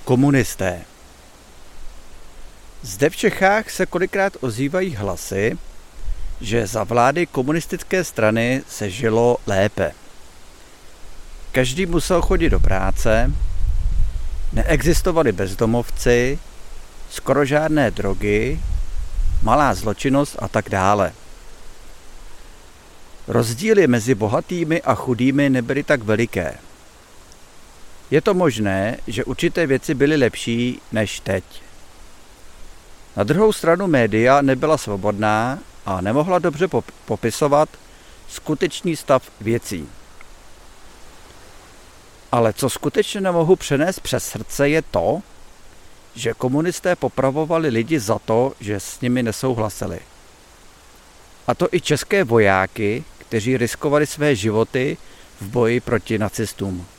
Komunisté. Zde v Čechách se kolikrát ozývají hlasy, že za vlády komunistické strany se žilo lépe. Každý musel chodit do práce, neexistovali bezdomovci, skoro žádné drogy, malá zločinnost a tak dále. Rozdíly mezi bohatými a chudými nebyly tak veliké. Je to možné, že určité věci byly lepší než teď. Na druhou stranu média nebyla svobodná a nemohla dobře popisovat skutečný stav věcí. Ale co skutečně nemohu přenést přes srdce je to, že komunisté popravovali lidi za to, že s nimi nesouhlasili. A to i české vojáky, kteří riskovali své životy v boji proti nacistům.